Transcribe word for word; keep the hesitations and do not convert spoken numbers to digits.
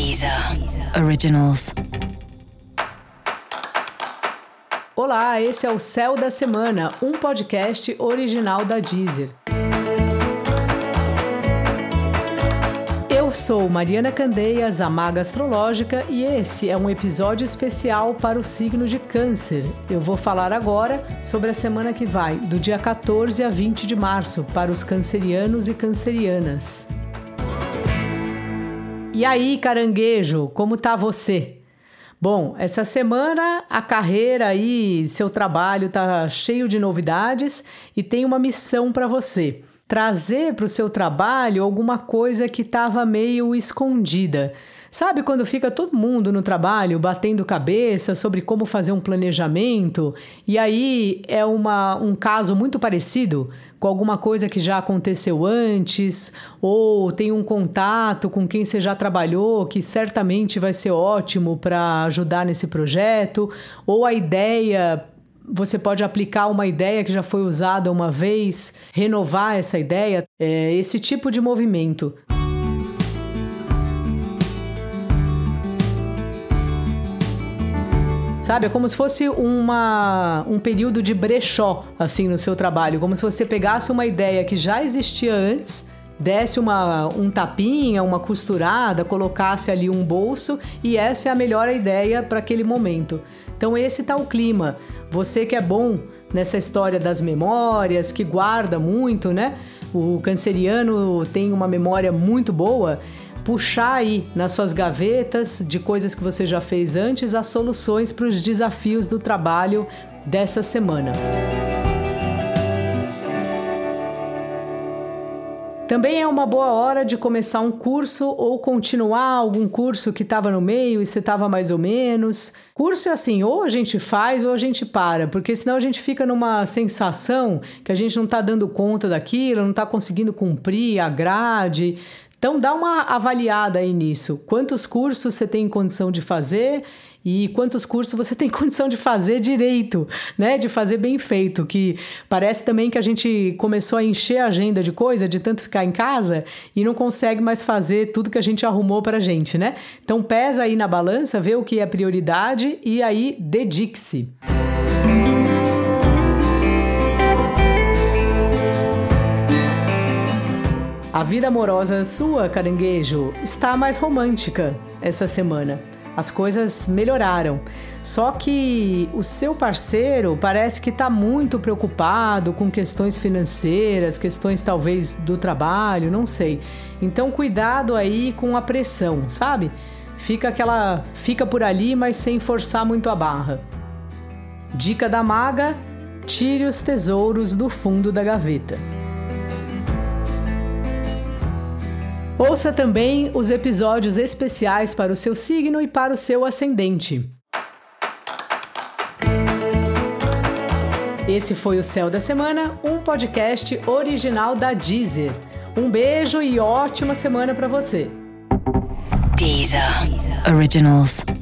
Deezer Originals. Olá, esse é o Céu da Semana, um podcast original da Deezer. Eu sou Mariana Candeias, a Maga Astrológica, e esse é um episódio especial para o signo de Câncer. Eu vou falar agora sobre a semana que vai, do dia quatorze a vinte de março, para os cancerianos e cancerianas. E aí, caranguejo, como tá você? Bom, essa semana a carreira aí, seu trabalho tá cheio de novidades e tem uma missão para você. Trazer para o seu trabalho alguma coisa que estava meio escondida. Sabe quando fica todo mundo no trabalho batendo cabeça sobre como fazer um planejamento e aí é uma, um caso muito parecido com alguma coisa que já aconteceu antes ou tem um contato com quem você já trabalhou que certamente vai ser ótimo para ajudar nesse projeto, ou a ideia... Você pode aplicar uma ideia que já foi usada uma vez, renovar essa ideia, é esse tipo de movimento. Sabe, é como se fosse uma, um período de brechó, assim, no seu trabalho. Como se você pegasse uma ideia que já existia antes, desse uma, um tapinha, uma costurada, colocasse ali um bolso, e essa é a melhor ideia para aquele momento. Então esse tá o clima. Você que é bom nessa história das memórias, que guarda muito, né? O canceriano tem uma memória muito boa. Puxar aí nas suas gavetas de coisas que você já fez antes as soluções para os desafios do trabalho dessa semana. Também é uma boa hora de começar um curso ou continuar algum curso que estava no meio e você estava mais ou menos. Curso é assim, ou a gente faz ou a gente para, porque senão a gente fica numa sensação que a gente não está dando conta daquilo, não está conseguindo cumprir a grade. Então dá uma avaliada aí nisso. Quantos cursos você tem condição de fazer e quantos cursos você tem condição de fazer direito, né? De fazer bem feito, que parece também que a gente começou a encher a agenda de coisa, de tanto ficar em casa e não consegue mais fazer tudo que a gente arrumou pra gente, né? Então pesa aí na balança, vê o que é prioridade e aí dedique-se. A vida amorosa sua, caranguejo, está mais romântica essa semana. As coisas melhoraram. Só que o seu parceiro parece que está muito preocupado com questões financeiras, questões talvez do trabalho, não sei. Então cuidado aí com a pressão, sabe? Fica aquela, fica por ali, mas sem forçar muito a barra. Dica da maga: tire os tesouros do fundo da gaveta. Ouça também os episódios especiais para o seu signo e para o seu ascendente. Esse foi o Céu da Semana, um podcast original da Deezer. Um beijo e ótima semana para você. Deezer Originals.